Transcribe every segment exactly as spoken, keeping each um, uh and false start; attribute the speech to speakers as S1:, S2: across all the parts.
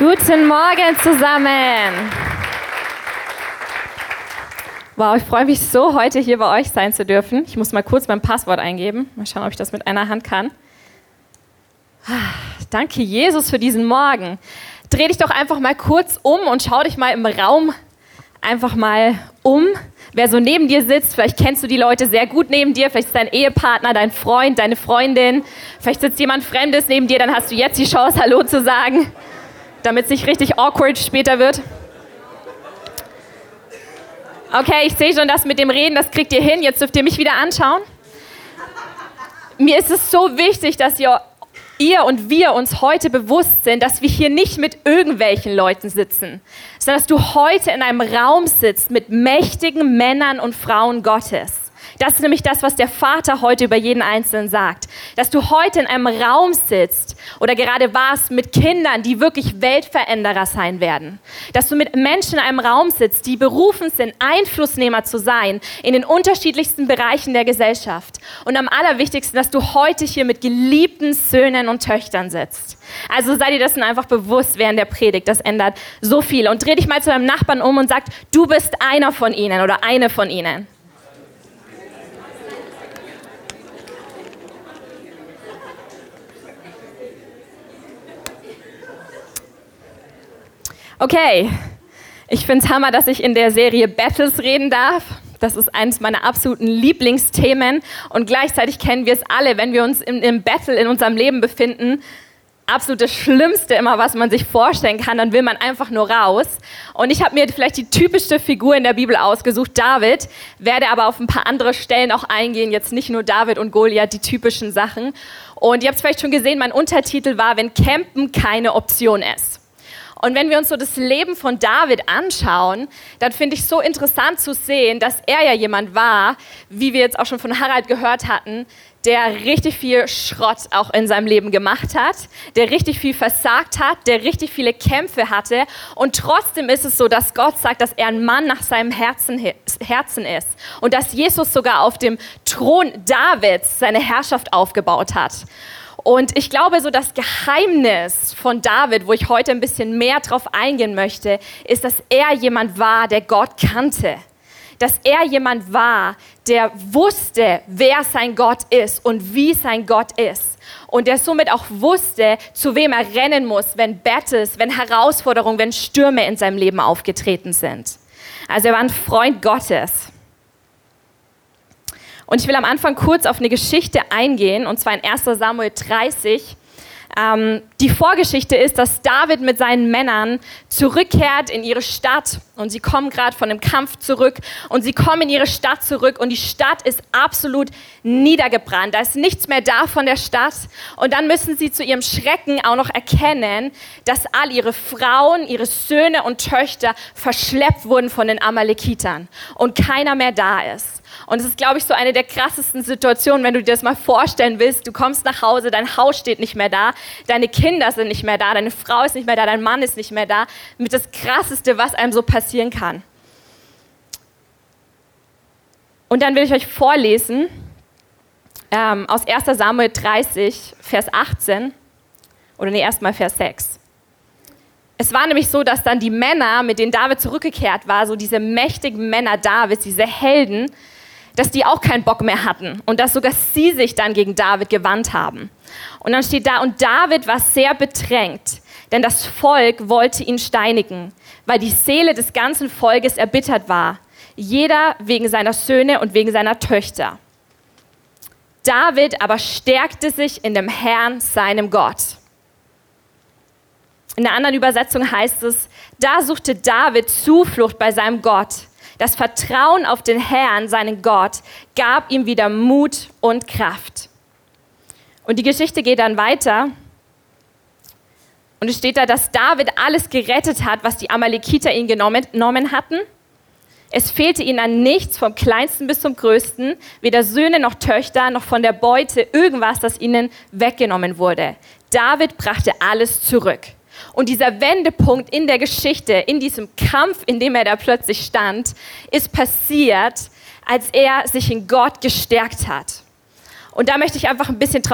S1: Guten Morgen zusammen. Wow, ich freue mich so, heute hier bei euch sein zu dürfen. Ich muss mal kurz mein Passwort eingeben. Mal schauen, ob ich das mit einer Hand kann. Danke, Jesus, für diesen Morgen. Dreh dich doch einfach mal kurz um und schau dich mal im Raum einfach mal um. Wer so neben dir sitzt, vielleicht kennst du die Leute sehr gut neben dir, vielleicht ist dein Ehepartner, dein Freund, deine Freundin, vielleicht sitzt jemand Fremdes neben dir, dann hast du jetzt die Chance, Hallo zu sagen, damit es nicht richtig awkward später wird. Okay, ich sehe schon, das mit dem Reden, das kriegt ihr hin, jetzt dürft ihr mich wieder anschauen. Mir ist es so wichtig, dass ihr Ihr und wir uns heute bewusst sind, dass wir hier nicht mit irgendwelchen Leuten sitzen, sondern dass du heute in einem Raum sitzt mit mächtigen Männern und Frauen Gottes. Das ist nämlich das, was der Vater heute über jeden Einzelnen sagt. Dass du heute in einem Raum sitzt oder gerade warst mit Kindern, die wirklich Weltveränderer sein werden. Dass du mit Menschen in einem Raum sitzt, die berufen sind, Einflussnehmer zu sein in den unterschiedlichsten Bereichen der Gesellschaft. Und am allerwichtigsten, dass du heute hier mit geliebten Söhnen und Töchtern sitzt. Also sei dir dessen einfach bewusst während der Predigt. Das ändert so viel. Und dreh dich mal zu deinem Nachbarn um und sag, du bist einer von ihnen oder eine von ihnen. Okay, ich finde es Hammer, dass ich in der Serie Battles reden darf. Das ist eines meiner absoluten Lieblingsthemen und gleichzeitig kennen wir es alle, wenn wir uns im, im Battle in unserem Leben befinden. Absolut das Schlimmste immer, was man sich vorstellen kann, dann will man einfach nur raus. Und ich habe mir vielleicht die typischste Figur in der Bibel ausgesucht, David, werde aber auf ein paar andere Stellen auch eingehen, jetzt nicht nur David und Goliath, die typischen Sachen. Und ihr habt es vielleicht schon gesehen, mein Untertitel war, wenn Campen keine Option ist. Und wenn wir uns so das Leben von David anschauen, dann finde ich es so interessant zu sehen, dass er ja jemand war, wie wir jetzt auch schon von Harald gehört hatten, der richtig viel Schrott auch in seinem Leben gemacht hat, der richtig viel versagt hat, der richtig viele Kämpfe hatte. Und trotzdem ist es so, dass Gott sagt, dass er ein Mann nach seinem Herzen, Herzen ist und dass Jesus sogar auf dem Thron Davids seine Herrschaft aufgebaut hat. Und ich glaube, so das Geheimnis von David, wo ich heute ein bisschen mehr drauf eingehen möchte, ist, dass er jemand war, der Gott kannte. Dass er jemand war, der wusste, wer sein Gott ist und wie sein Gott ist. Und der somit auch wusste, zu wem er rennen muss, wenn Battles, wenn Herausforderungen, wenn Stürme in seinem Leben aufgetreten sind. Also er war ein Freund Gottes. Und ich will am Anfang kurz auf eine Geschichte eingehen, und zwar in erster Samuel dreißig. Ähm, die Vorgeschichte ist, dass David mit seinen Männern zurückkehrt in ihre Stadt. Und sie kommen gerade von einem Kampf zurück. Und sie kommen in ihre Stadt zurück. Und die Stadt ist absolut niedergebrannt. Da ist nichts mehr da von der Stadt. Und dann müssen sie zu ihrem Schrecken auch noch erkennen, dass all ihre Frauen, ihre Söhne und Töchter verschleppt wurden von den Amalekitern. Und keiner mehr da ist. Und es ist, glaube ich, so eine der krassesten Situationen, wenn du dir das mal vorstellen willst. Du kommst nach Hause, dein Haus steht nicht mehr da, deine Kinder sind nicht mehr da, deine Frau ist nicht mehr da, dein Mann ist nicht mehr da. Mit das Krasseste, was einem so passieren kann. Und dann will ich euch vorlesen ähm, aus erster Samuel dreißig, Vers achtzehn. Oder nee, erstmal Vers sechs. Es war nämlich so, dass dann die Männer, mit denen David zurückgekehrt war, so diese mächtigen Männer Davids, diese Helden, dass die auch keinen Bock mehr hatten und dass sogar sie sich dann gegen David gewandt haben. Und dann steht da, und David war sehr bedrängt, denn das Volk wollte ihn steinigen, weil die Seele des ganzen Volkes erbittert war, jeder wegen seiner Söhne und wegen seiner Töchter. David aber stärkte sich in dem Herrn, seinem Gott. In der anderen Übersetzung heißt es, da suchte David Zuflucht bei seinem Gott. Das Vertrauen auf den Herrn, seinen Gott, gab ihm wieder Mut und Kraft. Und die Geschichte geht dann weiter. Und es steht da, dass David alles gerettet hat, was die Amalekiter ihn genommen, genommen hatten. Es fehlte ihnen an nichts, vom Kleinsten bis zum Größten, weder Söhne noch Töchter, noch von der Beute, irgendwas, das ihnen weggenommen wurde. David brachte alles zurück. Und dieser Wendepunkt in der Geschichte, in diesem Kampf, in dem er da plötzlich stand, ist passiert, als er sich in Gott gestärkt hat. Und da möchte ich einfach ein bisschen drauf eingehen zuallererst.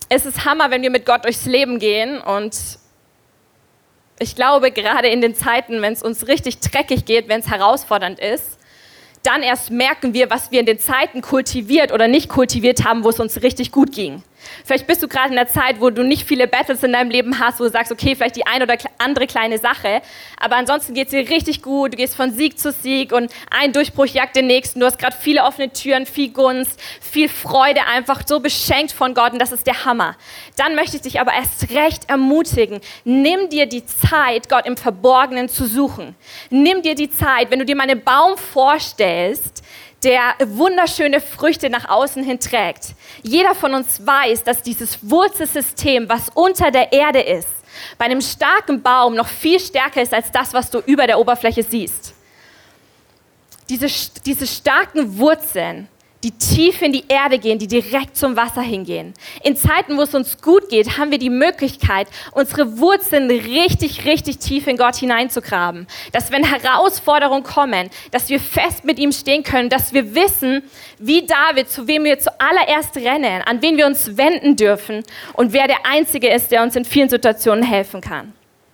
S1: es ist Hammer, wenn wir mit Gott durchs Leben gehen und ich glaube, gerade in den Zeiten, wenn es uns richtig dreckig geht, wenn es herausfordernd ist, dann erst merken wir, was wir in den Zeiten kultiviert oder nicht kultiviert haben, wo es uns richtig gut ging. Vielleicht bist du gerade in der Zeit, wo du nicht viele Battles in deinem Leben hast, wo du sagst, okay, vielleicht die eine oder andere kleine Sache, aber ansonsten geht es dir richtig gut, du gehst von Sieg zu Sieg und ein Durchbruch jagt den nächsten, du hast gerade viele offene Türen, viel Gunst, viel Freude, einfach so beschenkt von Gott und das ist der Hammer. Dann möchte ich dich aber erst recht ermutigen, nimm dir die Zeit, Gott im Verborgenen zu suchen. Nimm dir die Zeit, wenn du dir mal einen Baum vorstellst, der wunderschöne Früchte nach außen hin trägt. Jeder von uns weiß, dass dieses Wurzelsystem, was unter der Erde ist, bei einem starken Baum noch viel stärker ist als das, was du über der Oberfläche siehst. Diese, diese starken Wurzeln, die tief in die Erde gehen, die direkt zum Wasser hingehen. In Zeiten, wo es uns gut geht, haben wir die Möglichkeit, unsere Wurzeln richtig, richtig tief in Gott hineinzugraben. Dass wenn Herausforderungen kommen, dass wir fest mit ihm stehen können, dass wir wissen, wie David, zu wem wir zuallererst rennen, an wen wir uns wenden dürfen und wer der Einzige ist, der uns in vielen Situationen helfen kann.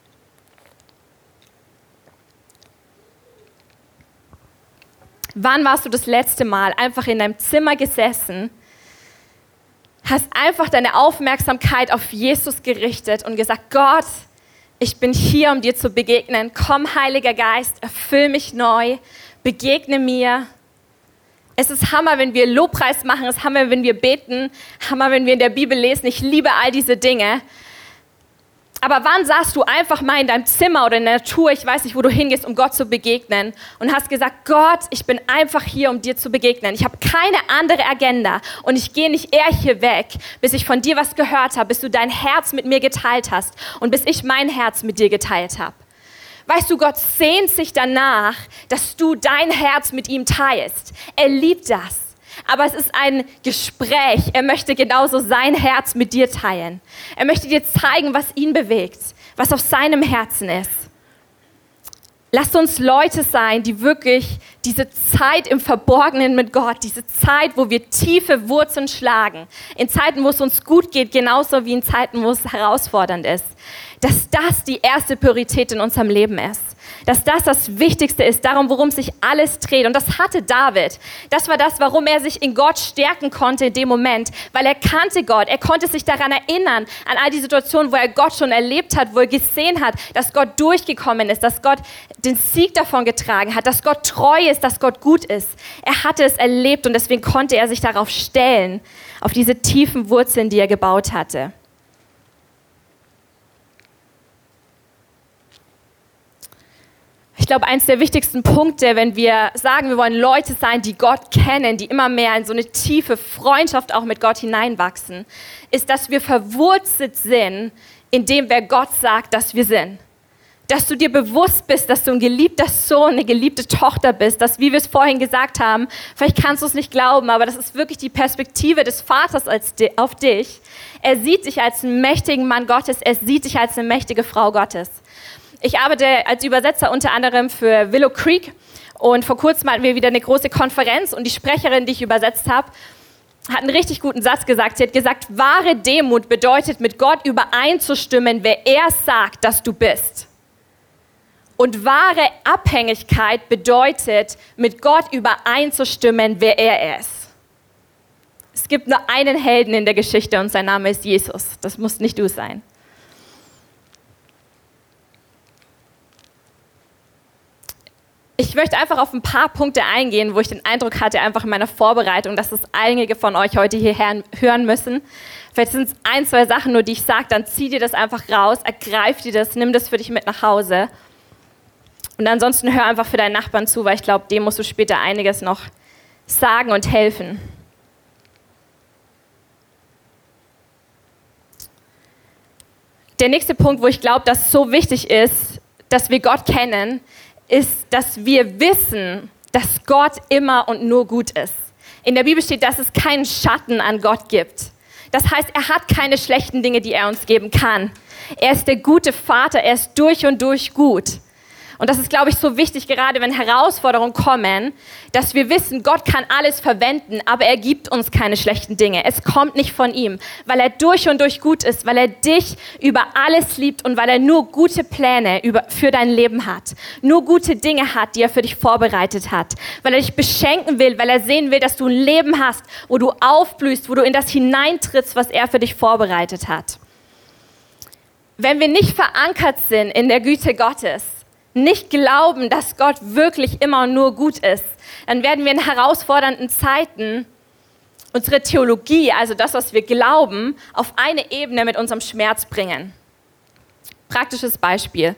S1: Wann warst du das letzte Mal einfach in deinem Zimmer gesessen, hast einfach deine Aufmerksamkeit auf Jesus gerichtet und gesagt, Gott, ich bin hier, um dir zu begegnen. Komm, Heiliger Geist, erfüll mich neu, begegne mir. Es ist Hammer, wenn wir Lobpreis machen, es ist Hammer, wenn wir beten, Hammer, wenn wir in der Bibel lesen. Ich liebe all diese Dinge. Aber wann saßt du einfach mal in deinem Zimmer oder in der Natur, ich weiß nicht, wo du hingehst, um Gott zu begegnen und hast gesagt, Gott, ich bin einfach hier, um dir zu begegnen. Ich habe keine andere Agenda und ich gehe nicht eher hier weg, bis ich von dir was gehört habe, bis du dein Herz mit mir geteilt hast und bis ich mein Herz mit dir geteilt habe. Weißt du, Gott sehnt sich danach, dass du dein Herz mit ihm teilst. Er liebt das. Aber es ist ein Gespräch. Er möchte genauso sein Herz mit dir teilen. Er möchte dir zeigen, was ihn bewegt, was auf seinem Herzen ist. Lasst uns Leute sein, die wirklich diese Zeit im Verborgenen mit Gott, diese Zeit, wo wir tiefe Wurzeln schlagen, in Zeiten, wo es uns gut geht, genauso wie in Zeiten, wo es herausfordernd ist, dass das die erste Priorität in unserem Leben ist. Dass das das Wichtigste ist, darum, worum sich alles dreht. Und das hatte David. Das war das, warum er sich in Gott stärken konnte in dem Moment. Weil er kannte Gott. Er konnte sich daran erinnern, an all die Situationen, wo er Gott schon erlebt hat, wo er gesehen hat, dass Gott durchgekommen ist, dass Gott den Sieg davon getragen hat, dass Gott treu ist, dass Gott gut ist. Er hatte es erlebt und deswegen konnte er sich darauf stellen, auf diese tiefen Wurzeln, die er gebaut hatte. Ich glaube, eins der wichtigsten Punkte, wenn wir sagen, wir wollen Leute sein, die Gott kennen, die immer mehr in so eine tiefe Freundschaft auch mit Gott hineinwachsen, ist, dass wir verwurzelt sind in dem, wer Gott sagt, dass wir sind. Dass du dir bewusst bist, dass du ein geliebter Sohn, eine geliebte Tochter bist, dass, wie wir es vorhin gesagt haben, vielleicht kannst du es nicht glauben, aber das ist wirklich die Perspektive des Vaters als di- auf dich. Er sieht dich als einen mächtigen Mann Gottes, er sieht dich als eine mächtige Frau Gottes. Ich arbeite als Übersetzer unter anderem für Willow Creek und vor kurzem hatten wir wieder eine große Konferenz und die Sprecherin, die ich übersetzt habe, hat einen richtig guten Satz gesagt. Sie hat gesagt, wahre Demut bedeutet, mit Gott übereinzustimmen, wer er sagt, dass du bist. Und wahre Abhängigkeit bedeutet, mit Gott übereinzustimmen, wer er ist. Es gibt nur einen Helden in der Geschichte und sein Name ist Jesus. Das muss nicht du sein. Ich möchte einfach auf ein paar Punkte eingehen, wo ich den Eindruck hatte, einfach in meiner Vorbereitung, dass es einige von euch heute hierher hören müssen. Vielleicht sind es ein, zwei Sachen nur, die ich sage, dann zieh dir das einfach raus, ergreif dir das, nimm das für dich mit nach Hause. Und ansonsten hör einfach für deinen Nachbarn zu, weil ich glaube, dem musst du später einiges noch sagen und helfen. Der nächste Punkt, wo ich glaube, dass es so wichtig ist, dass wir Gott kennen, ist, dass wir wissen, dass Gott immer und nur gut ist. In der Bibel steht, dass es keinen Schatten an Gott gibt. Das heißt, er hat keine schlechten Dinge, die er uns geben kann. Er ist der gute Vater, er ist durch und durch gut. Und das ist, glaube ich, so wichtig, gerade wenn Herausforderungen kommen, dass wir wissen, Gott kann alles verwenden, aber er gibt uns keine schlechten Dinge. Es kommt nicht von ihm, weil er durch und durch gut ist, weil er dich über alles liebt und weil er nur gute Pläne über, für dein Leben hat. Nur gute Dinge hat, die er für dich vorbereitet hat. Weil er dich beschenken will, weil er sehen will, dass du ein Leben hast, wo du aufblühst, wo du in das hineintrittst, was er für dich vorbereitet hat. Wenn wir nicht verankert sind in der Güte Gottes, nicht glauben, dass Gott wirklich immer nur gut ist, dann werden wir in herausfordernden Zeiten unsere Theologie, also das, was wir glauben, auf eine Ebene mit unserem Schmerz bringen. Praktisches Beispiel.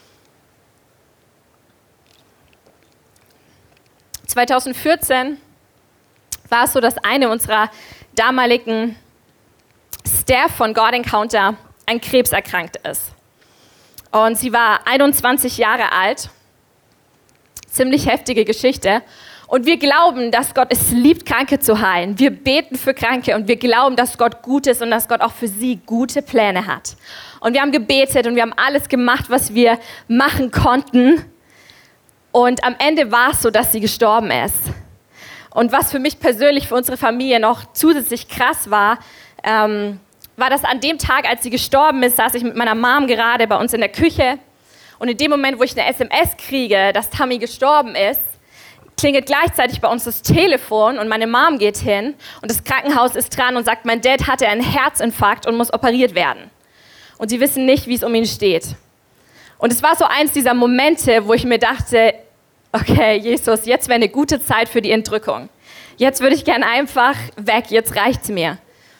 S1: zwanzig vierzehn war es so, dass eine unserer damaligen Staff von God Encounter an Krebs erkrankt ist. Und sie war einundzwanzig Jahre alt. Ziemlich heftige Geschichte. Und wir glauben, dass Gott es liebt, Kranke zu heilen. Wir beten für Kranke und wir glauben, dass Gott gut ist und dass Gott auch für sie gute Pläne hat. Und wir haben gebetet und wir haben alles gemacht, was wir machen konnten. Und am Ende war es so, dass sie gestorben ist. Und was für mich persönlich, für unsere Familie noch zusätzlich krass war, ähm, war das an dem Tag, als sie gestorben ist, saß ich mit meiner Mom gerade bei uns in der Küche. Und in dem Moment, wo ich eine S M S kriege, dass Tammy gestorben ist, klingelt gleichzeitig bei uns das Telefon und meine Mom geht hin und das Krankenhaus ist dran und sagt, mein Dad hatte einen Herzinfarkt und muss operiert werden. Und sie wissen nicht, wie es um ihn steht. Und es war so eins dieser Momente, wo ich mir dachte, okay, Jesus, jetzt wäre eine gute Zeit für die Entrückung. Jetzt würde ich gern einfach weg, jetzt reicht's mir.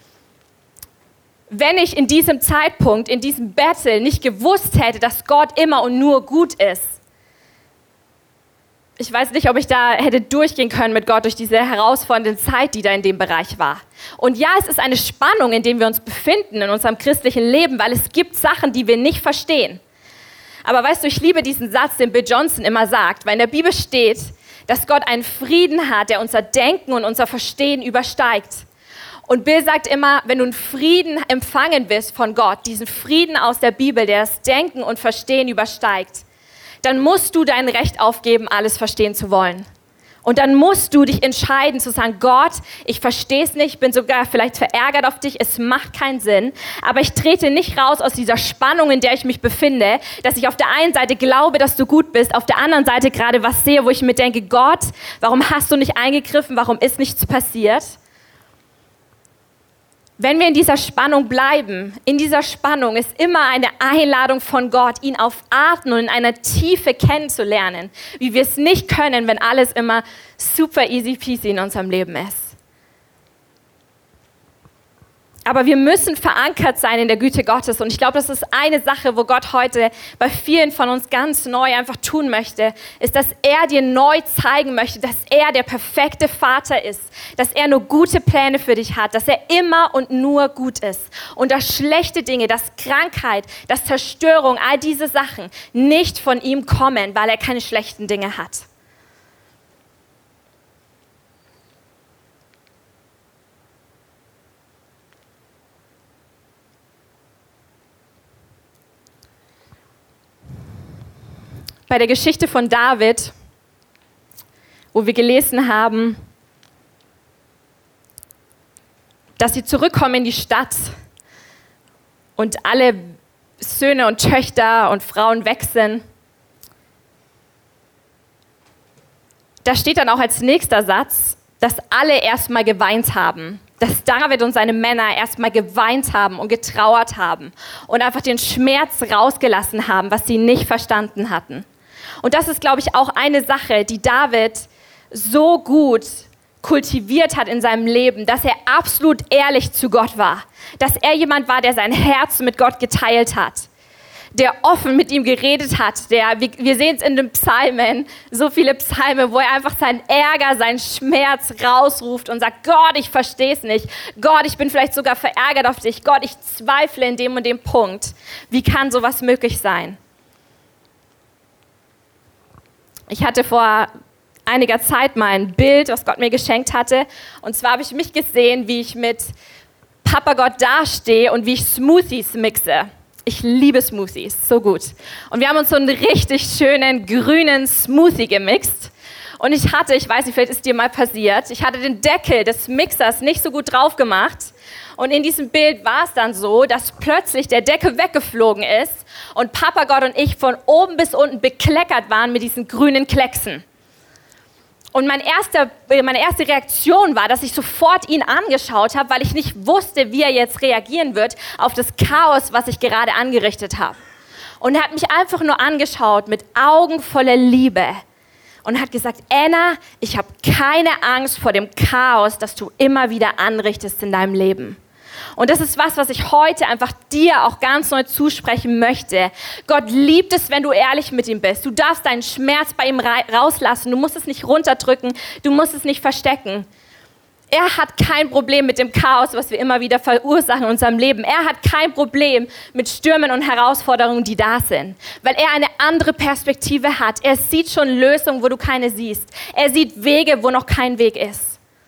S1: Wenn ich in diesem Zeitpunkt, in diesem Battle nicht gewusst hätte, dass Gott immer und nur gut ist, ich weiß nicht, ob ich da hätte durchgehen können mit Gott durch diese herausfordernde Zeit, die da in dem Bereich war. Und ja, es ist eine Spannung, in der wir uns befinden in unserem christlichen Leben, weil es gibt Sachen, die wir nicht verstehen. Aber weißt du, ich liebe diesen Satz, den Bill Johnson immer sagt, weil in der Bibel steht, dass Gott einen Frieden hat, der unser Denken und unser Verstehen übersteigt. Und Bill sagt immer, wenn du einen Frieden empfangen willst von Gott, diesen Frieden aus der Bibel, der das Denken und Verstehen übersteigt, dann musst du dein Recht aufgeben, alles verstehen zu wollen. Und dann musst du dich entscheiden zu sagen, Gott, ich verstehe es nicht, bin sogar vielleicht verärgert auf dich, es macht keinen Sinn, aber ich trete nicht raus aus dieser Spannung, in der ich mich befinde, dass ich auf der einen Seite glaube, dass du gut bist, auf der anderen Seite gerade was sehe, wo ich mir denke, Gott, warum hast du nicht eingegriffen, warum ist nichts passiert? Wenn wir in dieser Spannung bleiben, in dieser Spannung ist immer eine Einladung von Gott, ihn auf Arten und in einer Tiefe kennenzulernen, wie wir es nicht können, wenn alles immer super easy peasy in unserem Leben ist. Aber wir müssen verankert sein in der Güte Gottes. Und ich glaube, das ist eine Sache, wo Gott heute bei vielen von uns ganz neu einfach tun möchte, ist, dass er dir neu zeigen möchte, dass er der perfekte Vater ist, dass er nur gute Pläne für dich hat, dass er immer und nur gut ist. Und dass schlechte Dinge, dass Krankheit, dass Zerstörung, all diese Sachen nicht von ihm kommen, weil er keine schlechten Dinge hat. Bei der Geschichte von David, wo wir gelesen haben, dass sie zurückkommen in die Stadt und alle Söhne und Töchter und Frauen weg sind. Da steht dann auch als nächster Satz, dass alle erstmal geweint haben. Dass David und seine Männer erstmal geweint haben und getrauert haben und einfach den Schmerz rausgelassen haben, was sie nicht verstanden hatten. Und das ist, glaube ich, auch eine Sache, die David so gut kultiviert hat in seinem Leben, dass er absolut ehrlich zu Gott war. Dass er jemand war, der sein Herz mit Gott geteilt hat. Der offen mit ihm geredet hat. Der, wir, wir sehen es in den Psalmen, so viele Psalme, wo er einfach seinen Ärger, seinen Schmerz rausruft und sagt, Gott, ich verstehe es nicht. Gott, ich bin vielleicht sogar verärgert auf dich. Gott, ich zweifle in dem und dem Punkt. Wie kann sowas möglich sein? Ich hatte vor einiger Zeit mal ein Bild, was Gott mir geschenkt hatte. Und zwar habe ich mich gesehen, wie ich mit Papa Gott dastehe und wie ich Smoothies mixe. Ich liebe Smoothies, so gut. Und wir haben uns so einen richtig schönen grünen Smoothie gemixt. Und ich hatte, ich weiß nicht, vielleicht ist dir mal passiert, ich hatte den Deckel des Mixers nicht so gut drauf gemacht. Und in diesem Bild war es dann so, dass plötzlich der Deckel weggeflogen ist und Papa Gott und ich von oben bis unten bekleckert waren mit diesen grünen Klecksen. Und mein erster, meine erste Reaktion war, dass ich sofort ihn angeschaut habe, weil ich nicht wusste, wie er jetzt reagieren wird auf das Chaos, was ich gerade angerichtet habe. Und er hat mich einfach nur angeschaut mit Augen voller Liebe und hat gesagt, Anna, ich habe keine Angst vor dem Chaos, das du immer wieder anrichtest in deinem Leben. Und das ist was, was ich heute einfach dir auch ganz neu zusprechen möchte. Gott liebt es, wenn du ehrlich mit ihm bist. Du darfst deinen Schmerz bei ihm rauslassen. Du musst es nicht runterdrücken. Du musst es nicht verstecken. Er hat kein Problem mit dem Chaos, was wir immer wieder verursachen in unserem Leben. Er hat kein Problem mit Stürmen und Herausforderungen, die da sind. Weil er eine andere Perspektive hat. Er sieht schon Lösungen, wo du keine siehst. Er sieht Wege, wo noch kein Weg ist.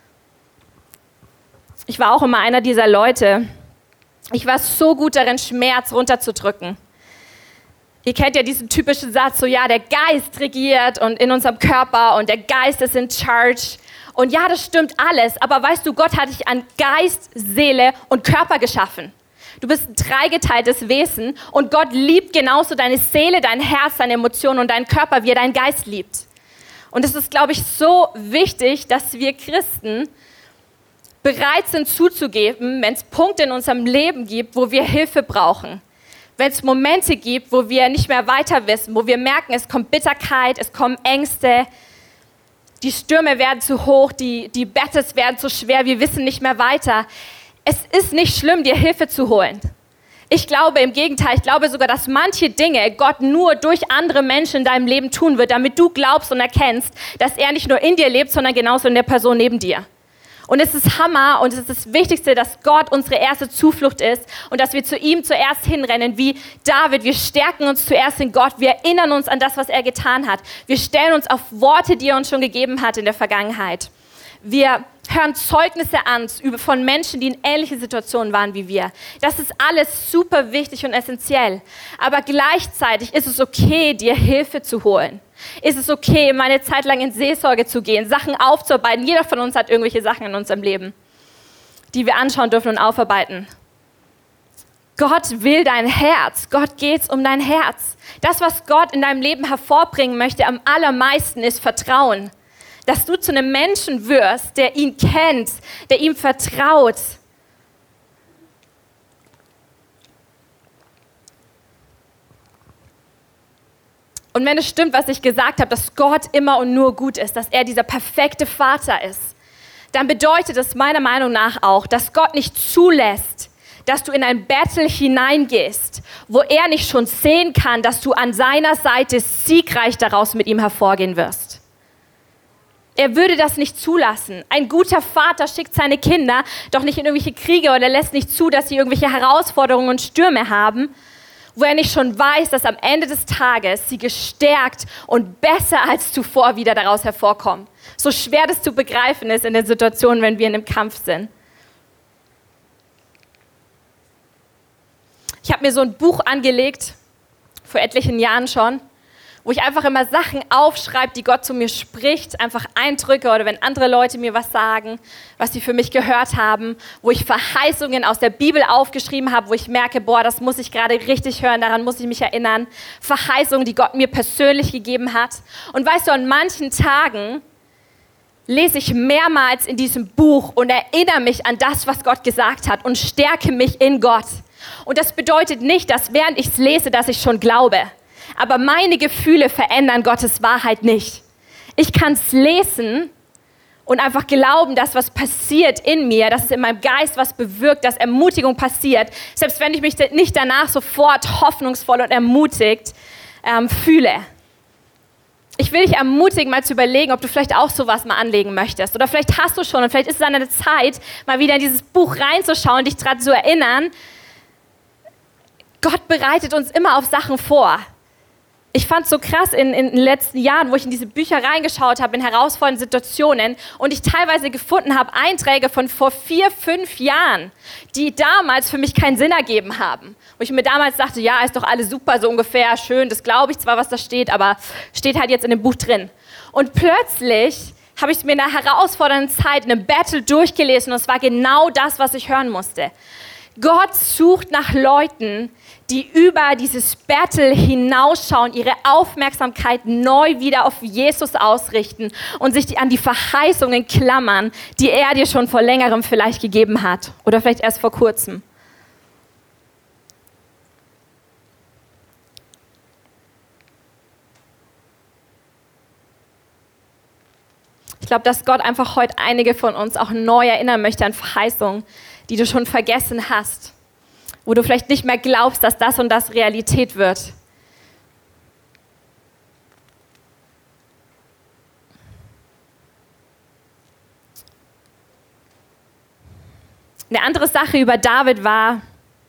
S1: Ich war auch immer einer dieser Leute. Ich war so gut darin, Schmerz runterzudrücken. Ihr kennt ja diesen typischen Satz, so ja, der Geist regiert und in unserem Körper und der Geist ist in charge. Und ja, das stimmt alles, aber weißt du, Gott hat dich an Geist, Seele und Körper geschaffen. Du bist ein dreigeteiltes Wesen und Gott liebt genauso deine Seele, dein Herz, deine Emotionen und deinen Körper, wie er deinen Geist liebt. Und es ist, glaube ich, so wichtig, dass wir Christen bereit sind zuzugeben, wenn es Punkte in unserem Leben gibt, wo wir Hilfe brauchen. Wenn es Momente gibt, wo wir nicht mehr weiter wissen, wo wir merken, es kommt Bitterkeit, es kommen Ängste, die Stürme werden zu hoch, die, die Battles werden zu schwer, wir wissen nicht mehr weiter. Es ist nicht schlimm, dir Hilfe zu holen. Ich glaube im Gegenteil, ich glaube sogar, dass manche Dinge Gott nur durch andere Menschen in deinem Leben tun wird, damit du glaubst und erkennst, dass er nicht nur in dir lebt, sondern genauso in der Person neben dir. Und es ist Hammer und es ist das Wichtigste, dass Gott unsere erste Zuflucht ist und dass wir zu ihm zuerst hinrennen, wie David. Wir stärken uns zuerst in Gott, wir erinnern uns an das, was er getan hat. Wir stellen uns auf Worte, die er uns schon gegeben hat in der Vergangenheit. Wir hören Zeugnisse an von Menschen, die in ähnlichen Situationen waren wie wir. Das ist alles super wichtig und essentiell. Aber gleichzeitig ist es okay, dir Hilfe zu holen. Ist es okay, mal eine Zeit lang in Seelsorge zu gehen, Sachen aufzuarbeiten. Jeder von uns hat irgendwelche Sachen in unserem Leben, die wir anschauen dürfen und aufarbeiten. Gott will dein Herz. Gott geht's um dein Herz. Das, was Gott in deinem Leben hervorbringen möchte, am allermeisten ist Vertrauen. Dass du zu einem Menschen wirst, der ihn kennt, der ihm vertraut. Und wenn es stimmt, was ich gesagt habe, dass Gott immer und nur gut ist, dass er dieser perfekte Vater ist, dann bedeutet es meiner Meinung nach auch, dass Gott nicht zulässt, dass du in ein Battle hineingehst, wo er nicht schon sehen kann, dass du an seiner Seite siegreich daraus mit ihm hervorgehen wirst. Er würde das nicht zulassen. Ein guter Vater schickt seine Kinder doch nicht in irgendwelche Kriege oder lässt nicht zu, dass sie irgendwelche Herausforderungen und Stürme haben, wo er nicht schon weiß, dass am Ende des Tages sie gestärkt und besser als zuvor wieder daraus hervorkommen. So schwer das zu begreifen ist in den Situationen, wenn wir in einem Kampf sind. Ich habe mir so ein Buch angelegt, vor etlichen Jahren schon, wo ich einfach immer Sachen aufschreibe, die Gott zu mir spricht, einfach Eindrücke oder wenn andere Leute mir was sagen, was sie für mich gehört haben, wo ich Verheißungen aus der Bibel aufgeschrieben habe, wo ich merke, boah, das muss ich gerade richtig hören, daran muss ich mich erinnern. Verheißungen, die Gott mir persönlich gegeben hat. Und weißt du, an manchen Tagen lese ich mehrmals in diesem Buch und erinnere mich an das, was Gott gesagt hat und stärke mich in Gott. Und das bedeutet nicht, dass während ich es lese, dass ich schon glaube. Aber meine Gefühle verändern Gottes Wahrheit nicht. Ich kann es lesen und einfach glauben, dass was passiert in mir, dass es in meinem Geist was bewirkt, dass Ermutigung passiert, selbst wenn ich mich nicht danach sofort hoffnungsvoll und ermutigt ähm, fühle. Ich will dich ermutigen, mal zu überlegen, ob du vielleicht auch sowas mal anlegen möchtest. Oder vielleicht hast du schon und vielleicht ist es an der Zeit, mal wieder in dieses Buch reinzuschauen, dich daran zu erinnern, Gott bereitet uns immer auf Sachen vor. ich fand es so krass in, in den letzten Jahren, wo ich in diese Bücher reingeschaut habe, in herausfordernden Situationen und ich teilweise gefunden habe, Einträge von vor vier, fünf Jahren, die damals für mich keinen Sinn ergeben haben. Wo ich mir damals dachte, ja, ist doch alles super, so ungefähr, schön, das glaube ich zwar, was da steht, aber steht halt jetzt in dem Buch drin. Und plötzlich habe ich es mir in einer herausfordernden Zeit, in einem Battle durchgelesen und es war genau das, was ich hören musste. Gott sucht nach Leuten, die über dieses Battle hinausschauen, ihre Aufmerksamkeit neu wieder auf Jesus ausrichten und sich an die Verheißungen klammern, die er dir schon vor längerem vielleicht gegeben hat oder vielleicht erst vor kurzem. Ich glaube, dass Gott einfach heute einige von uns auch neu erinnern möchte an Verheißungen, die du schon vergessen hast, wo du vielleicht nicht mehr glaubst, dass das und das Realität wird. Eine andere Sache über David war,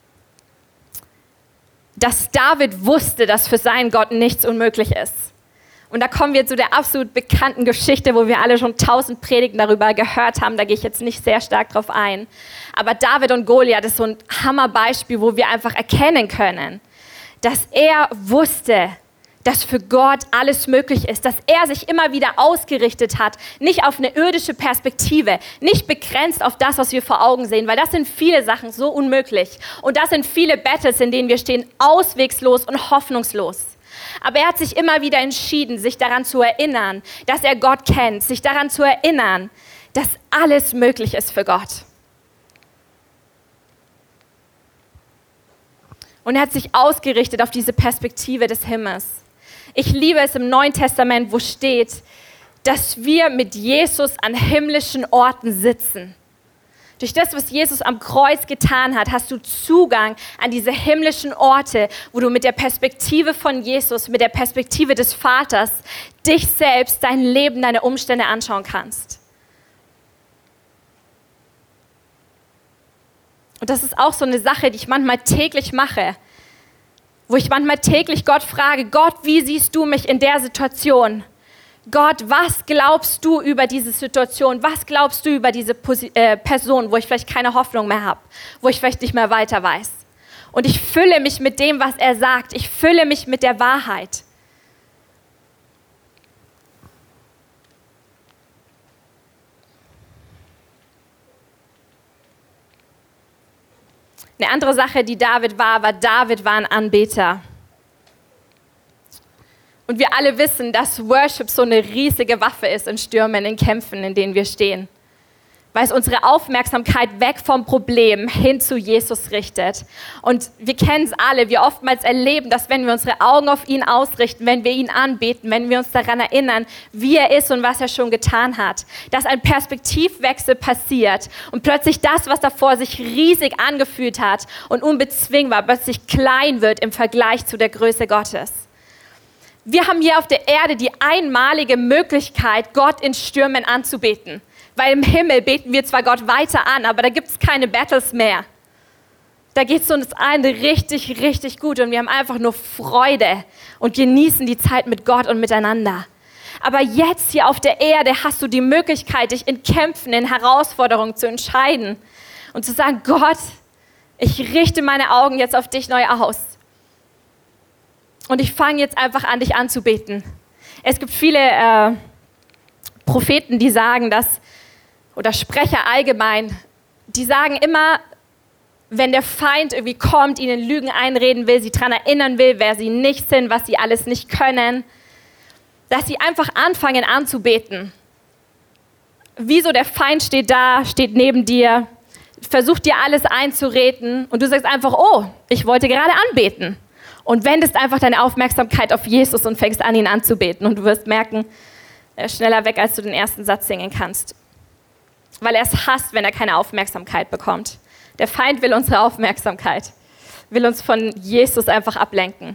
S1: dass David wusste, dass für seinen Gott nichts unmöglich ist. Und da kommen wir zu der absolut bekannten Geschichte, wo wir alle schon tausend Predigten darüber gehört haben. Da gehe ich jetzt nicht sehr stark drauf ein. Aber David und Goliath ist so ein Hammerbeispiel, wo wir einfach erkennen können, dass er wusste, dass für Gott alles möglich ist, dass er sich immer wieder ausgerichtet hat, nicht auf eine irdische Perspektive, nicht begrenzt auf das, was wir vor Augen sehen, weil das sind viele Sachen so unmöglich. Und das sind viele Battles, in denen wir stehen, auswegslos und hoffnungslos. Aber er hat sich immer wieder entschieden, sich daran zu erinnern, dass er Gott kennt, sich daran zu erinnern, dass alles möglich ist für Gott. Und er hat sich ausgerichtet auf diese Perspektive des Himmels. Ich liebe es im Neuen Testament, wo steht, dass wir mit Jesus an himmlischen Orten sitzen. Durch das, was Jesus am Kreuz getan hat, hast du Zugang an diese himmlischen Orte, wo du mit der Perspektive von Jesus, mit der Perspektive des Vaters, dich selbst, dein Leben, deine Umstände anschauen kannst. Und das ist auch so eine Sache, die ich manchmal täglich mache, wo ich manchmal täglich Gott frage, Gott, wie siehst du mich in der Situation? Gott, was glaubst du über diese Situation? Was glaubst du über diese Posi- äh, Person, wo ich vielleicht keine Hoffnung mehr habe, wo ich vielleicht nicht mehr weiter weiß? Und ich fülle mich mit dem, was er sagt. Ich fülle mich mit der Wahrheit. Eine andere Sache, die David war, war, David war ein Anbeter. Und wir alle wissen, dass Worship so eine riesige Waffe ist in Stürmen, in Kämpfen, in denen wir stehen. Weil es unsere Aufmerksamkeit weg vom Problem hin zu Jesus richtet. Und wir kennen es alle, wir oftmals erleben, dass wenn wir unsere Augen auf ihn ausrichten, wenn wir ihn anbeten, wenn wir uns daran erinnern, wie er ist und was er schon getan hat, dass ein Perspektivwechsel passiert und plötzlich das, was davor sich riesig angefühlt hat und unbezwingbar, plötzlich klein wird im Vergleich zu der Größe Gottes. Wir haben hier auf der Erde die einmalige Möglichkeit, Gott in Stürmen anzubeten. Weil im Himmel beten wir zwar Gott weiter an, aber da gibt es keine Battles mehr. Da geht es uns allen richtig, richtig gut und wir haben einfach nur Freude und genießen die Zeit mit Gott und miteinander. Aber jetzt hier auf der Erde hast du die Möglichkeit, dich in Kämpfen, in Herausforderungen zu entscheiden und zu sagen, Gott, ich richte meine Augen jetzt auf dich neu aus. Und ich fange jetzt einfach an, dich anzubeten. Es gibt viele äh, Propheten, die sagen, dass, oder Sprecher allgemein, die sagen immer, wenn der Feind irgendwie kommt, ihnen Lügen einreden will, sie daran erinnern will, wer sie nicht sind, was sie alles nicht können, dass sie einfach anfangen anzubeten. Wie so der Feind steht da, steht neben dir, versucht dir alles einzureden und du sagst einfach, oh, ich wollte gerade anbeten. Und wendest einfach deine Aufmerksamkeit auf Jesus und fängst an, ihn anzubeten. Und du wirst merken, er ist schneller weg, als du den ersten Satz singen kannst. Weil er es hasst, wenn er keine Aufmerksamkeit bekommt. Der Feind will unsere Aufmerksamkeit, will uns von Jesus einfach ablenken.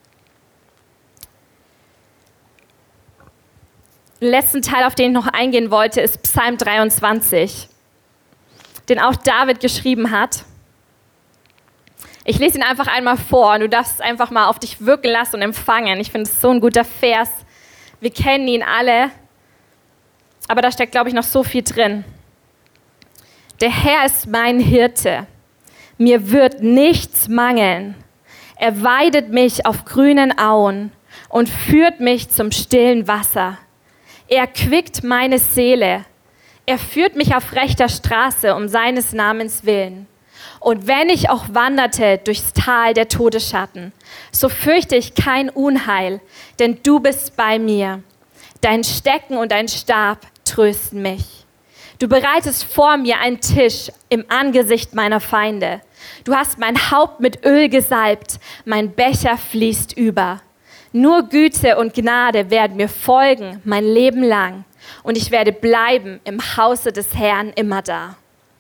S1: Den letzten Teil, auf den ich noch eingehen wollte, ist Psalm dreiundzwanzig, den auch David geschrieben hat. Ich lese ihn einfach einmal vor und du darfst es einfach mal auf dich wirken lassen und empfangen. Ich finde es so ein guter Vers. Wir kennen ihn alle, aber da steckt, glaube ich, noch so viel drin. Der Herr ist mein Hirte. Mir wird nichts mangeln. Er weidet mich auf grünen Auen und führt mich zum stillen Wasser. Er quickt meine Seele. Er führt mich auf rechter Straße um seines Namens willen. Und wenn ich auch wanderte durchs Tal der Todesschatten, so fürchte ich kein Unheil, denn du bist bei mir. Dein Stecken und dein Stab trösten mich. Du bereitest vor mir einen Tisch im Angesicht meiner Feinde. Du hast mein Haupt mit Öl gesalbt, mein Becher fließt über. Nur Güte und Gnade werden mir folgen mein Leben lang und ich werde bleiben im Hause des Herrn immer da.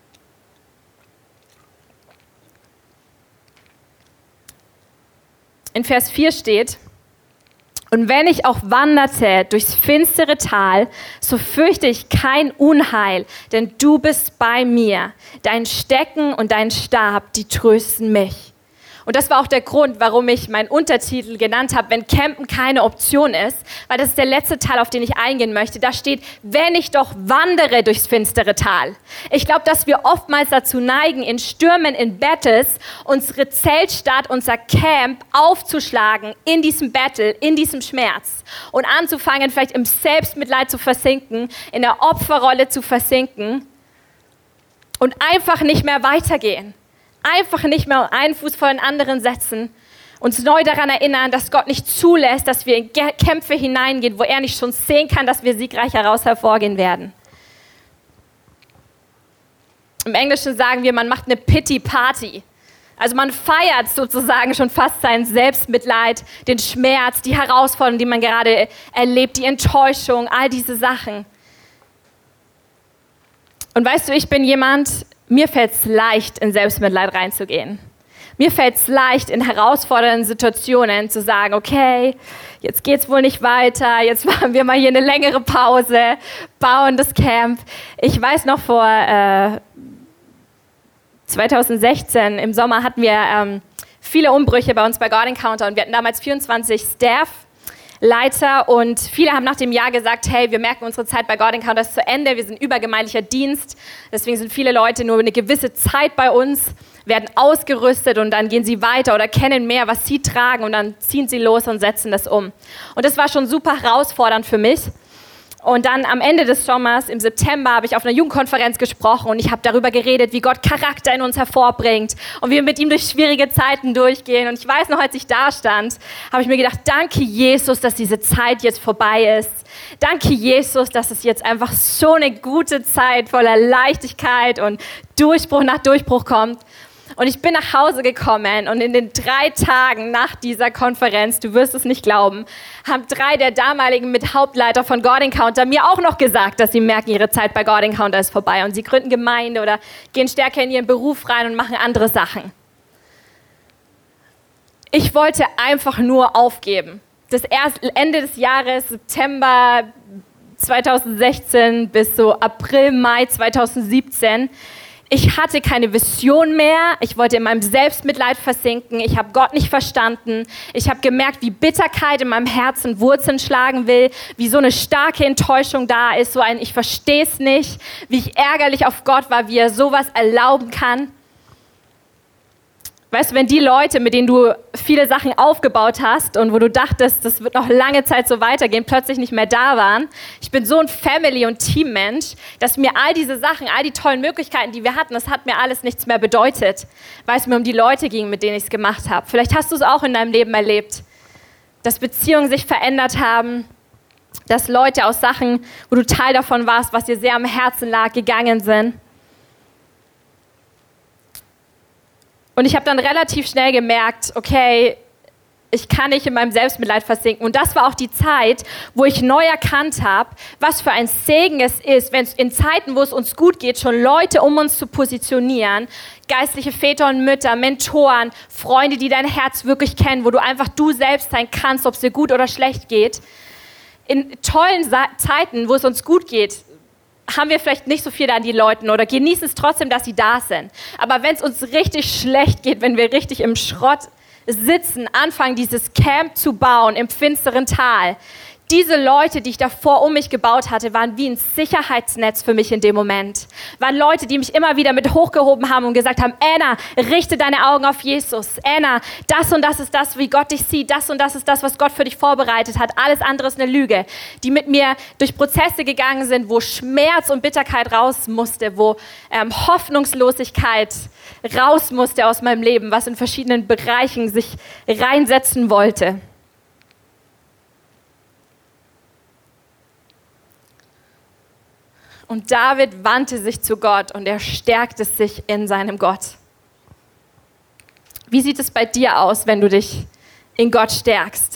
S1: In Vers vier steht: Und wenn ich auch wanderte durchs finstere Tal, so fürchte ich kein Unheil, denn du bist bei mir. Dein Stecken und dein Stab, die trösten mich. Und das war auch der Grund, warum ich meinen Untertitel genannt habe, wenn Campen keine Option ist, weil das ist der letzte Teil, auf den ich eingehen möchte. Da steht, wenn ich doch wandere durchs finstere Tal. Ich glaube, dass wir oftmals dazu neigen, in Stürmen, in Battles, unsere Zeltstadt, unser Camp aufzuschlagen in diesem Battle, in diesem Schmerz und anzufangen, vielleicht im Selbstmitleid zu versinken, in der Opferrolle zu versinken und einfach nicht mehr weitergehen. Einfach nicht mehr einen Fuß vor den anderen setzen, uns neu daran erinnern, dass Gott nicht zulässt, dass wir in Kämpfe hineingehen, wo er nicht schon sehen kann, dass wir siegreich heraus hervorgehen werden. Im Englischen sagen wir, man macht eine Pity Party. Also man feiert sozusagen schon fast sein Selbstmitleid, den Schmerz, die Herausforderungen, die man gerade erlebt, die Enttäuschung, all diese Sachen. Und weißt du, ich bin jemand, mir fällt es leicht, in Selbstmitleid reinzugehen. Mir fällt es leicht, in herausfordernden Situationen zu sagen, okay, jetzt geht's wohl nicht weiter, jetzt machen wir mal hier eine längere Pause, bauen das Camp. Ich weiß noch, vor äh, zwanzig sechzehn im Sommer hatten wir ähm, viele Umbrüche bei uns bei God Encounter und wir hatten damals vierundzwanzig Staff. Leiter und viele haben nach dem Jahr gesagt, hey, wir merken, unsere Zeit bei God Encounter ist zu Ende, wir sind übergemeindlicher Dienst, deswegen sind viele Leute nur eine gewisse Zeit bei uns, werden ausgerüstet und dann gehen sie weiter oder kennen mehr, was sie tragen und dann ziehen sie los und setzen das um. Und das war schon super herausfordernd für mich. Und dann am Ende des Sommers, im September, habe ich auf einer Jugendkonferenz gesprochen und ich habe darüber geredet, wie Gott Charakter in uns hervorbringt und wie wir mit ihm durch schwierige Zeiten durchgehen. Und ich weiß noch, als ich da stand, habe ich mir gedacht, danke Jesus, dass diese Zeit jetzt vorbei ist. Danke Jesus, dass es jetzt einfach so eine gute Zeit voller Leichtigkeit und Durchbruch nach Durchbruch kommt. Und ich bin nach Hause gekommen und in den drei Tagen nach dieser Konferenz, du wirst es nicht glauben, haben drei der damaligen Mithauptleiter von God Encounter mir auch noch gesagt, dass sie merken, ihre Zeit bei God Encounter ist vorbei und sie gründen Gemeinde oder gehen stärker in ihren Beruf rein und machen andere Sachen. Ich wollte einfach nur aufgeben. Das erste, Ende des Jahres, September zwanzig sechzehn bis so April, Mai zwanzig siebzehn, ich hatte keine Vision mehr, ich wollte in meinem Selbstmitleid versinken, ich habe Gott nicht verstanden, ich habe gemerkt, wie Bitterkeit in meinem Herzen Wurzeln schlagen will, wie so eine starke Enttäuschung da ist, so ein ich verstehe es nicht, wie ich ärgerlich auf Gott war, wie er sowas erlauben kann. Weißt du, wenn die Leute, mit denen du viele Sachen aufgebaut hast und wo du dachtest, das wird noch lange Zeit so weitergehen, plötzlich nicht mehr da waren. Ich bin so ein Family- und Teammensch, dass mir all diese Sachen, all die tollen Möglichkeiten, die wir hatten, das hat mir alles nichts mehr bedeutet, weil es mir um die Leute ging, mit denen ich es gemacht habe. Vielleicht hast du es auch in deinem Leben erlebt, dass Beziehungen sich verändert haben, dass Leute aus Sachen, wo du Teil davon warst, was dir sehr am Herzen lag, gegangen sind. Und ich habe dann relativ schnell gemerkt, okay, ich kann nicht in meinem Selbstmitleid versinken. Und das war auch die Zeit, wo ich neu erkannt habe, was für ein Segen es ist, wenn es in Zeiten, wo es uns gut geht, schon Leute um uns zu positionieren, geistliche Väter und Mütter, Mentoren, Freunde, die dein Herz wirklich kennen, wo du einfach du selbst sein kannst, ob es dir gut oder schlecht geht. In tollen Sa- Zeiten, wo es uns gut geht, haben wir vielleicht nicht so viel an die Leuten oder genießen es trotzdem, dass sie da sind. Aber wenn es uns richtig schlecht geht, wenn wir richtig im Schrott sitzen, anfangen, dieses Camp zu bauen im finsteren Tal, diese Leute, die ich davor um mich gebaut hatte, waren wie ein Sicherheitsnetz für mich in dem Moment. Waren Leute, die mich immer wieder mit hochgehoben haben und gesagt haben, Anna, richte deine Augen auf Jesus. Anna, das und das ist das, wie Gott dich sieht. Das und das ist das, was Gott für dich vorbereitet hat. Alles andere ist eine Lüge. Die mit mir durch Prozesse gegangen sind, wo Schmerz und Bitterkeit raus musste, wo ähm, Hoffnungslosigkeit raus musste aus meinem Leben, was in verschiedenen Bereichen sich reinsetzen wollte. Und David wandte sich zu Gott und er stärkte sich in seinem Gott. Wie sieht es bei dir aus, wenn du dich in Gott stärkst?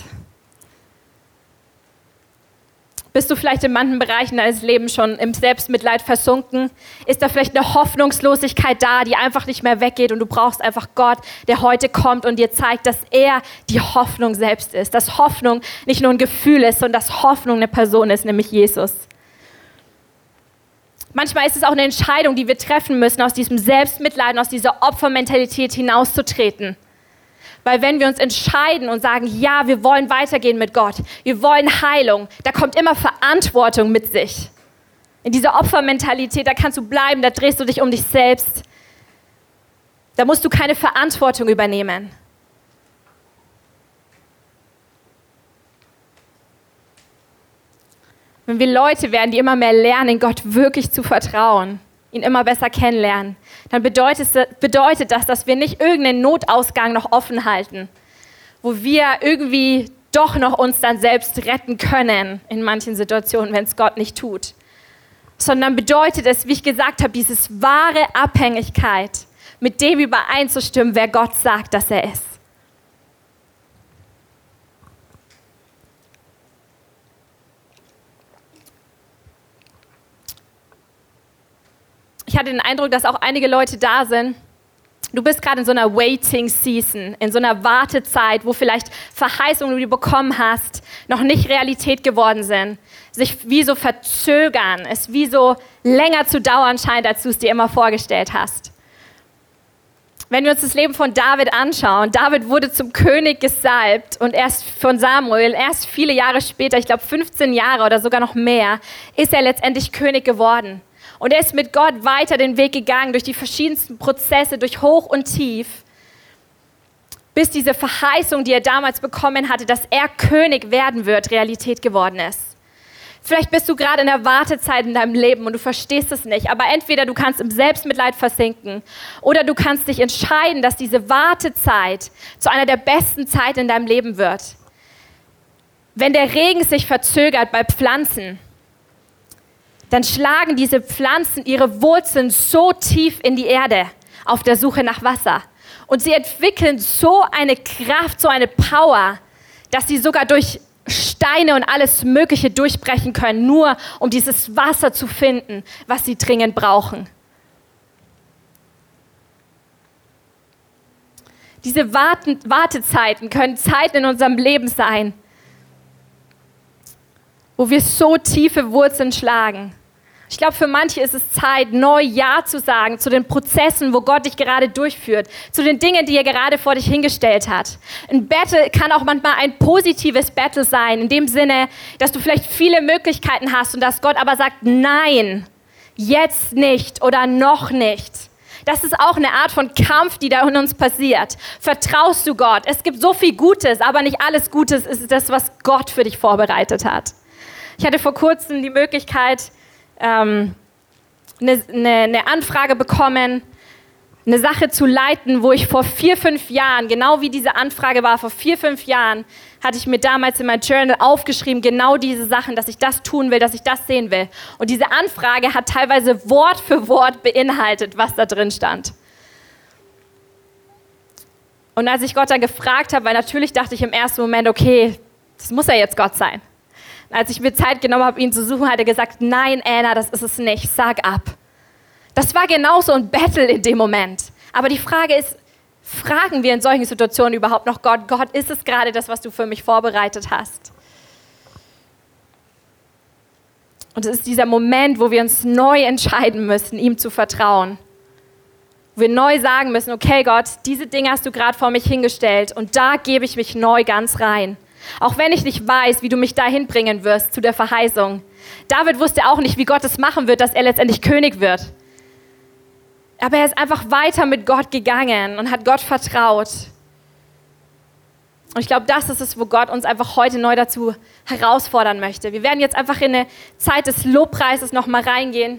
S1: Bist du vielleicht in manchen Bereichen deines Lebens schon im Selbstmitleid versunken? Ist da vielleicht eine Hoffnungslosigkeit da, die einfach nicht mehr weggeht und du brauchst einfach Gott, der heute kommt und dir zeigt, dass er die Hoffnung selbst ist. Dass Hoffnung nicht nur ein Gefühl ist, sondern dass Hoffnung eine Person ist, nämlich Jesus. Manchmal ist es auch eine Entscheidung, die wir treffen müssen, aus diesem Selbstmitleid, aus dieser Opfermentalität hinauszutreten. Weil wenn wir uns entscheiden und sagen, ja, wir wollen weitergehen mit Gott, wir wollen Heilung, da kommt immer Verantwortung mit sich. In dieser Opfermentalität, da kannst du bleiben, da drehst du dich um dich selbst. Da musst du keine Verantwortung übernehmen. Wenn wir Leute werden, die immer mehr lernen, Gott wirklich zu vertrauen, ihn immer besser kennenlernen, dann bedeutet, bedeutet das, dass wir nicht irgendeinen Notausgang noch offen halten, wo wir irgendwie doch noch uns dann selbst retten können in manchen Situationen, wenn es Gott nicht tut. Sondern bedeutet es, wie ich gesagt habe, dieses wahre Abhängigkeit, mit dem übereinzustimmen, wer Gott sagt, dass er ist. Ich hatte den Eindruck, dass auch einige Leute da sind. Du bist gerade in so einer Waiting Season, in so einer Wartezeit, wo vielleicht Verheißungen, die du bekommen hast, noch nicht Realität geworden sind. Sich wie so verzögern, es wie so länger zu dauern scheint, als du es dir immer vorgestellt hast. Wenn wir uns das Leben von David anschauen, David wurde zum König gesalbt und erst von Samuel, erst viele Jahre später, ich glaube fünfzehn Jahre oder sogar noch mehr, ist er letztendlich König geworden. Und er ist mit Gott weiter den Weg gegangen, durch die verschiedensten Prozesse, durch Hoch und Tief, bis diese Verheißung, die er damals bekommen hatte, dass er König werden wird, Realität geworden ist. Vielleicht bist du gerade in der Wartezeit in deinem Leben und du verstehst es nicht, aber entweder du kannst im Selbstmitleid versinken oder du kannst dich entscheiden, dass diese Wartezeit zu einer der besten Zeiten in deinem Leben wird. Wenn der Regen sich verzögert bei Pflanzen, dann schlagen diese Pflanzen ihre Wurzeln so tief in die Erde auf der Suche nach Wasser. Und sie entwickeln so eine Kraft, so eine Power, dass sie sogar durch Steine und alles Mögliche durchbrechen können, nur um dieses Wasser zu finden, was sie dringend brauchen. Diese Warten, Wartezeiten können Zeiten in unserem Leben sein, wo wir so tiefe Wurzeln schlagen. Ich glaube, für manche ist es Zeit, neu Ja zu sagen zu den Prozessen, wo Gott dich gerade durchführt, zu den Dingen, die er gerade vor dich hingestellt hat. Ein Battle kann auch manchmal ein positives Battle sein, in dem Sinne, dass du vielleicht viele Möglichkeiten hast und dass Gott aber sagt, nein, jetzt nicht oder noch nicht. Das ist auch eine Art von Kampf, die da in uns passiert. Vertraust du Gott? Es gibt so viel Gutes, aber nicht alles Gutes ist das, was Gott für dich vorbereitet hat. Ich hatte vor kurzem die Möglichkeit, ähm, eine, eine, eine Anfrage bekommen, eine Sache zu leiten, wo ich vor vier, fünf Jahren, genau wie diese Anfrage war, vor vier, fünf Jahren, hatte ich mir damals in mein Journal aufgeschrieben, genau diese Sachen, dass ich das tun will, dass ich das sehen will. Und diese Anfrage hat teilweise Wort für Wort beinhaltet, was da drin stand. Und als ich Gott dann gefragt habe, weil natürlich dachte ich im ersten Moment, okay, das muss ja jetzt Gott sein. Als ich mir Zeit genommen habe, ihn zu suchen, hat er gesagt, nein, Anna, das ist es nicht, sag ab. Das war genauso ein Battle in dem Moment. Aber die Frage ist, fragen wir in solchen Situationen überhaupt noch Gott, Gott, ist es gerade das, was du für mich vorbereitet hast? Und es ist dieser Moment, wo wir uns neu entscheiden müssen, ihm zu vertrauen. Wo wir neu sagen müssen, okay Gott, diese Dinge hast du gerade vor mich hingestellt und da gebe ich mich neu ganz rein. Auch wenn ich nicht weiß, wie du mich dahin bringen wirst zu der Verheißung. David wusste auch nicht, wie Gott es machen wird, dass er letztendlich König wird. Aber er ist einfach weiter mit Gott gegangen und hat Gott vertraut. Und ich glaube, das ist es, wo Gott uns einfach heute neu dazu herausfordern möchte. Wir werden jetzt einfach in eine Zeit des Lobpreises nochmal reingehen.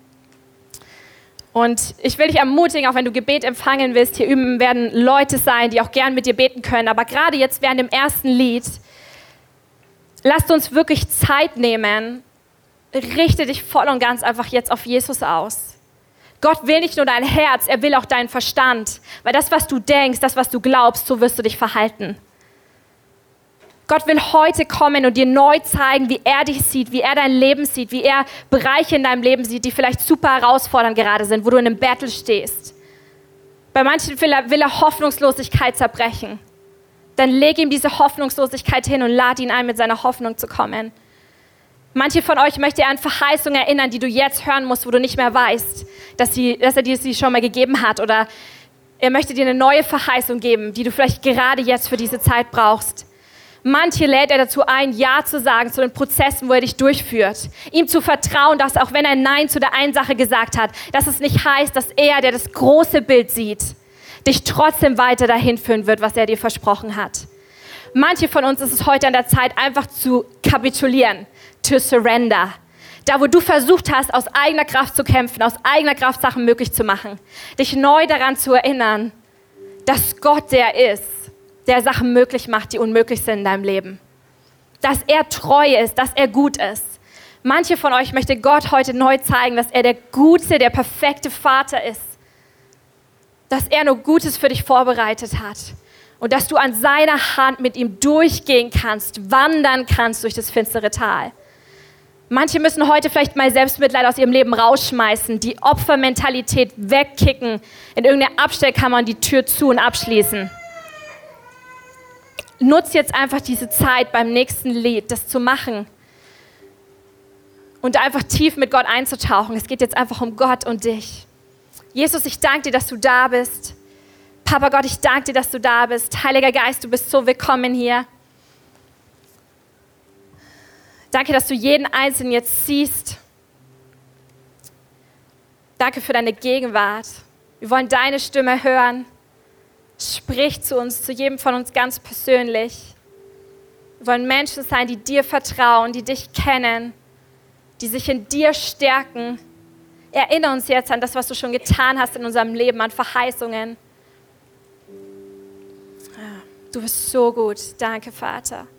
S1: Und ich will dich ermutigen, auch wenn du Gebet empfangen willst, hier üben werden Leute sein, die auch gern mit dir beten können. Aber gerade jetzt während dem ersten Lied, lasst uns wirklich Zeit nehmen. Richte dich voll und ganz einfach jetzt auf Jesus aus. Gott will nicht nur dein Herz, er will auch deinen Verstand. Weil das, was du denkst, das, was du glaubst, so wirst du dich verhalten. Gott will heute kommen und dir neu zeigen, wie er dich sieht, wie er dein Leben sieht, wie er Bereiche in deinem Leben sieht, die vielleicht super herausfordernd gerade sind, wo du in einem Battle stehst. Bei manchen will er, will er Hoffnungslosigkeit zerbrechen. Dann leg ihm diese Hoffnungslosigkeit hin und lad ihn ein, mit seiner Hoffnung zu kommen. Manche von euch möchte er an Verheißungen erinnern, die du jetzt hören musst, wo du nicht mehr weißt, dass, sie, dass er dir sie schon mal gegeben hat. Oder er möchte dir eine neue Verheißung geben, die du vielleicht gerade jetzt für diese Zeit brauchst. Manche lädt er dazu ein, Ja zu sagen zu den Prozessen, wo er dich durchführt. Ihm zu vertrauen, dass auch wenn er Nein zu der einen Sache gesagt hat, dass es nicht heißt, dass er, der das große Bild sieht, dich trotzdem weiter dahin führen wird, was er dir versprochen hat. Manche von uns ist es heute an der Zeit, einfach zu kapitulieren, to surrender. Da, wo du versucht hast, aus eigener Kraft zu kämpfen, aus eigener Kraft Sachen möglich zu machen, dich neu daran zu erinnern, dass Gott der ist, der Sachen möglich macht, die unmöglich sind in deinem Leben. Dass er treu ist, dass er gut ist. Manche von euch möchte Gott heute neu zeigen, dass er der gute, der perfekte Vater ist. Dass er nur Gutes für dich vorbereitet hat. Und dass du an seiner Hand mit ihm durchgehen kannst, wandern kannst durch das finstere Tal. Manche müssen heute vielleicht mal Selbstmitleid aus ihrem Leben rausschmeißen, die Opfermentalität wegkicken, in irgendeine Abstellkammer und die Tür zu und abschließen. Nutz jetzt einfach diese Zeit beim nächsten Lied, das zu machen und einfach tief mit Gott einzutauchen. Es geht jetzt einfach um Gott und dich. Jesus, ich danke dir, dass du da bist. Papa Gott, ich danke dir, dass du da bist. Heiliger Geist, du bist so willkommen hier. Danke, dass du jeden Einzelnen jetzt siehst. Danke für deine Gegenwart. Wir wollen deine Stimme hören. Sprich zu uns, zu jedem von uns ganz persönlich. Wir wollen Menschen sein, die dir vertrauen, die dich kennen, die sich in dir stärken. Erinnere uns jetzt an das, was du schon getan hast in unserem Leben, an Verheißungen. Du bist so gut. Danke, Vater.